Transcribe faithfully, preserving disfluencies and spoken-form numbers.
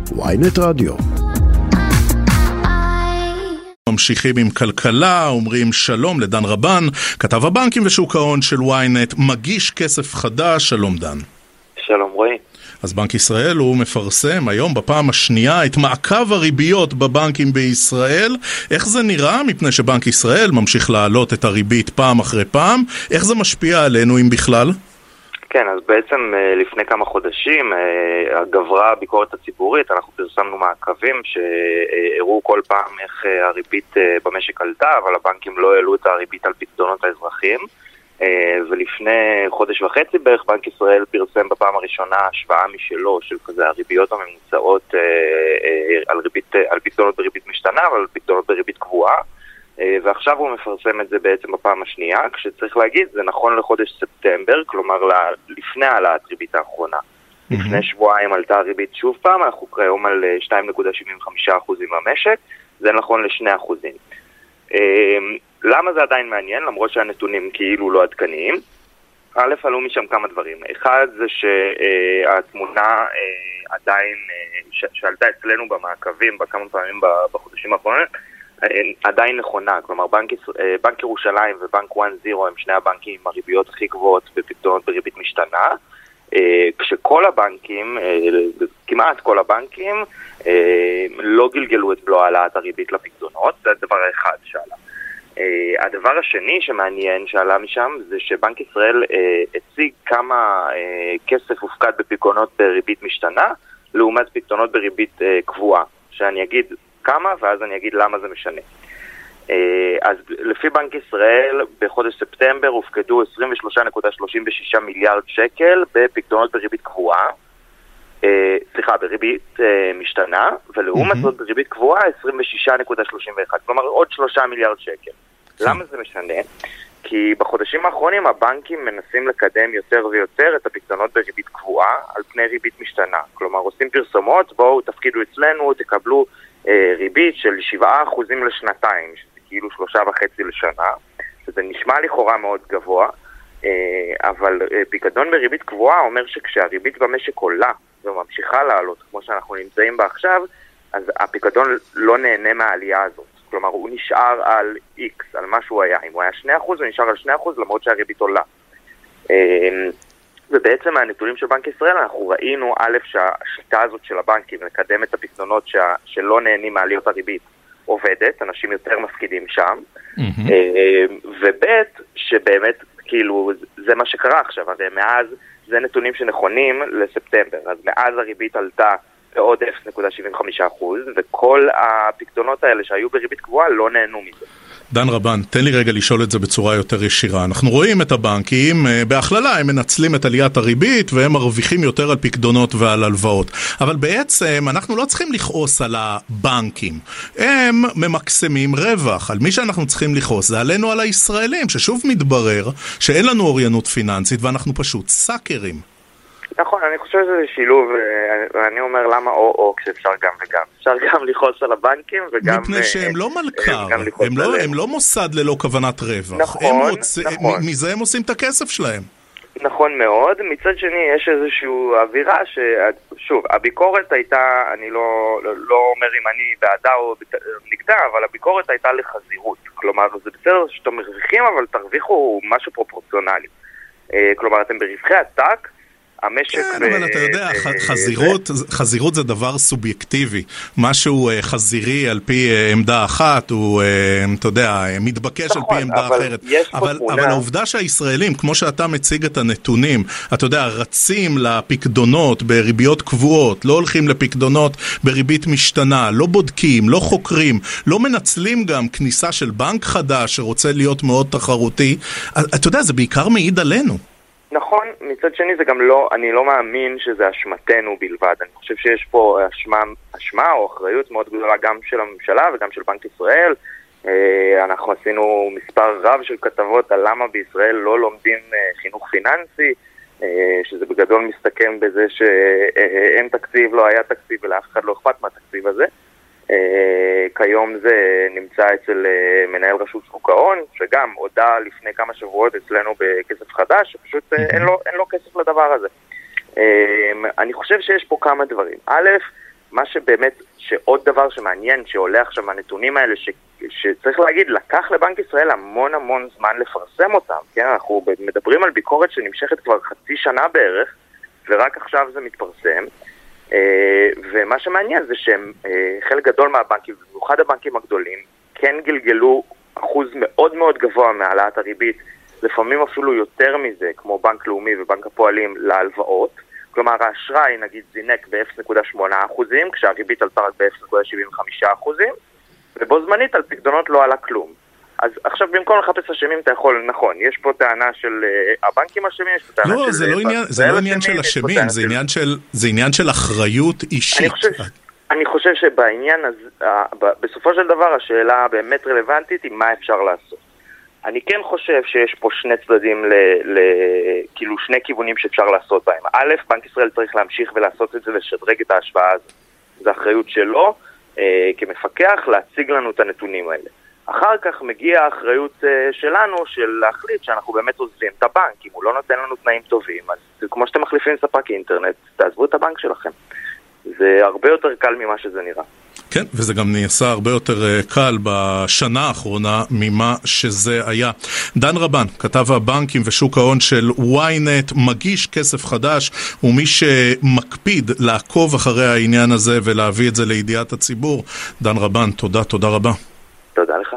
וויינט רדיו. ממשיכים עם כלכלה, אומרים שלום לדן רבן, כתב הבנקים ושוק ההון של וויינט, מגיש כסף חדש. שלום דן. שלום רועי. אז בנק ישראל הוא מפרסם היום בפעם השנייה את מעקב הריביות בבנקים בישראל. איך זה נראה? מפני שבנק ישראל ממשיך להעלות את הריבית פעם אחרי פעם. איך זה משפיע עלינו אם בכלל? כן, אז בעצם לפני כמה חודשים גברה הביקורת הציבורית, אנחנו פרסמנו מעקבים שהראו כל פעם איך הריבית במשק עלתה, אבל הבנקים לא העלו את הריבית על פקדונות האזרחים. ולפני חודש וחצי בערך בנק ישראל פרסם בפעם הראשונה השוואה משלו של כזה הריביות הממוצעות על ריבית, על פקדונות בריבית משתנה, אבל על פקדונות בריבית קבועה, ועכשיו הוא מפרסם את זה בעצם בפעם השנייה, כשצריך להגיד זה נכון לחודש ספטמבר, כלומר לפני העלאת ריבית האחרונה. Mm-hmm. לפני שבועיים עלתה הריבית שוב פעם, אנחנו כיום על שתיים נקודה שבעים וחמישה אחוז במשק, זה נכון ל-שני אחוזים. למה זה עדיין מעניין, למרות שהנתונים כאילו לא עדכניים? א', עלו משם כמה דברים. אחד זה שהתמונה עדיין, שעלתה אצלנו במעקבים בכמה פעמים בחודשים האחרונים, עדיין נכונה. כלומר, בנק, בנק ירושלים ובנק וואן זירו הם שני הבנקים עם הריביות הכי גבוהות בפקדונות בריבית משתנה, כשכל הבנקים, כמעט כל הבנקים, לא גלגלו את מלוא העלאת הריבית לפקדונות. זה הדבר האחד שעלה. Uh, הדבר השני שמעניין שעלה משם זה שבנק ישראל uh, הציג כמה uh, כסף הופקד בפקדונות בריבית משתנה לעומת פקדונות בריבית uh, קבועה, שאני אגיד כמה ואז אני אגיד למה זה משנה. Uh, אז לפי בנק ישראל בחודש ספטמבר הופקדו עשרים ושלוש נקודה שלושים ושישה מיליארד שקל בפקדונות בריבית קבועה, uh, סליחה, בריבית uh, משתנה, ולעומת זאת mm-hmm. בריבית קבועה עשרים ושש נקודה שלושים ואחת, כלומר עוד שלושה מיליארד שקל. למה זה משנה? כי בחודשים האחרונים הבנקים מנסים לקדם יותר ויותר את הפקדונות בריבית קבועה על פני ריבית משתנה. כלומר, עושים פרסומות, בואו תפקידו אצלנו, תקבלו אה, ריבית של שבעה אחוזים לשנתיים, שזה כאילו שלושה וחצי לשנה, שזה נשמע לכאורה מאוד גבוה, אה, אבל אה, פקדון בריבית קבועה אומר שכשהריבית במשק עולה וממשיכה לעלות, כמו שאנחנו נמצאים בה עכשיו, אז הפקדון לא נהנה מהעלייה הזאת. כלומר, הוא נשאר על X, על מה שהוא היה. אם הוא היה שני אחוז, הוא נשאר על שני אחוז, למרות שהריבית עולה. ובעצם מהנתונים של בנק ישראל, אנחנו ראינו, א', שהשיטה הזאת של הבנקים לקדם את הפקדונות שלא נהנים מעליות הריבית עובדת, אנשים יותר מפקידים שם, וב', שבאמת, כאילו, זה מה שקרה עכשיו, הרי מאז, זה נתונים שנכונים לספטמבר, אז מאז הריבית עלתה בעוד אפס נקודה שבעים וחמישה אחוז, וכל הפקדונות האלה שהיו בריבית קבועה לא נהנו מזה. דן רבן, תן לי רגע לשאול את זה בצורה יותר ישירה. אנחנו רואים את הבנקים, בהכללה הם מנצלים את עליית הריבית, והם מרוויחים יותר על פקדונות ועל הלוואות. אבל בעצם אנחנו לא צריכים לכעוס על הבנקים. הם ממקסמים רווח. על מי שאנחנו צריכים לכעוס, זה עלינו על הישראלים, ששוב מתברר שאין לנו אוריינות פיננסית, ואנחנו פשוט סאקרים. נכון, אני חושב שזה שילוב, ואני אומר למה או-או כשאפשר גם וגם. אפשר גם לכעוס על הבנקים וגם... מפני שהם לא מלכר, הם לא, הם לא מוסד ללא כוונת רווח. נכון, הם רוצ... נכון. מזה הם עושים את הכסף שלהם. נכון מאוד. מצד שני, יש איזושהי אווירה ש... שוב, הביקורת הייתה, אני לא, לא אומר אם אני בעדה או נגדה, אבל הביקורת הייתה לחזירות. כלומר, זה בסדר שאתם מרוויחים, אבל תרוויחו משהו פרופורציונלי. כלומר, אתם ברווחי עתק, המשק... כן, אבל אתה יודע, חזירות, חזירות זה דבר סובייקטיבי. משהו חזירי על פי עמדה אחת, הוא, אתה יודע, מתבקש על פי עמדה אחרת. אבל, אבל העובדה שהישראלים, כמו שאתה מציג את הנתונים, אתה יודע, רצים לפקדונות בריביות קבועות, לא הולכים לפקדונות בריבית משתנה, לא בודקים, לא חוקרים, לא מנצלים גם כניסה של בנק חדש שרוצה להיות מאוד תחרותי. אתה יודע, זה בעיקר מעיד עלינו. נכון, מצד שני זה גם לא, אני לא מאמין שזה אשמתנו בלבד. אני חושב שיש פה אשמה, אשמה או אחריות מאוד גדולה גם של הממשלה וגם של בנק ישראל. אנחנו עשינו מספר רב של כתבות על למה בישראל לא לומדים חינוך פיננסי, שזה בגדול מסתכם בזה שאין תקציב, לא היה תקציב ולאף אחד לא אכפת מהתקציב הזה. כיום זה נמצא אצל מנהל רשות שוק ההון, שגם הודע לפני כמה שבועות אצלנו בכסף חדש, שפשוט אין לו, אין לו כסף לדבר הזה. אני חושב שיש פה כמה דברים. א', מה שבאמת, שעוד דבר שמעניין שעולה עכשיו מהנתונים האלה, ש, שצריך להגיד, לקח לבנק ישראל המון המון זמן לפרסם אותם, כן? אנחנו מדברים על ביקורת שנמשכת כבר חצי שנה בערך, ורק עכשיו זה מתפרסם, ומה שמעניין זה שהם, חלק גדול מהבנקים, במיוחד הבנקים הגדולים, כן גלגלו אחוז מאוד מאוד גבוה מהעלאת הריבית, לפעמים אפילו יותר מזה, כמו בנק לאומי ובנק הפועלים, להלוואות. כלומר, האשראי, נגיד, זינק ב-אפס נקודה שמונה אחוזים, כשהריבית עלתה רק ב-אפס נקודה שבעים וחמישה אחוזים, ובו זמנית על פקדונות לא עלה כלום. אז עכשיו, במקום לחפש אשמים, אתה יכול, נכון, יש פה טענה של uh, הבנקים אשמים, יש פה טענה לא, של... זה לא עניין, זה לא עניין של אשמים, זה עניין של, זה עניין של אחריות אישית. אני חושב, אני חושב שבעניין, אז, uh, בסופו של דבר, השאלה באמת רלוונטית היא מה אפשר לעשות. אני כן חושב שיש פה שני צדדים, ל, ל, כאילו שני כיוונים שאפשר לעשות בהם. א', בנק ישראל צריך להמשיך ולעשות את זה ולשדרג את ההשוואה הזאת. זו אחריות שלו, אה, כמפקח, להציג לנו את הנתונים האלה. אחר כך מגיעה האחריות אה, שלנו, של להחליט שאנחנו באמת עוזבים את הבנק. אם הוא לא נותן לנו תנאים טובים, אז כמו שאתם מחליפים ספק אינטרנט, תעזבו את הבנק שלכם. זה הרבה יותר קל ממה שזה נראה. כן, וזה גם נעשה הרבה יותר קל בשנה האחרונה ממה שזה היה. דן רבן, כתב הבנקים ושוק ההון של וויינט, מגיש כסף חדש, ומי שמקפיד לעקוב אחרי העניין הזה ולהביא את זה לידיעת הציבור. דן רבן, תודה, תודה רבה. תודה לך.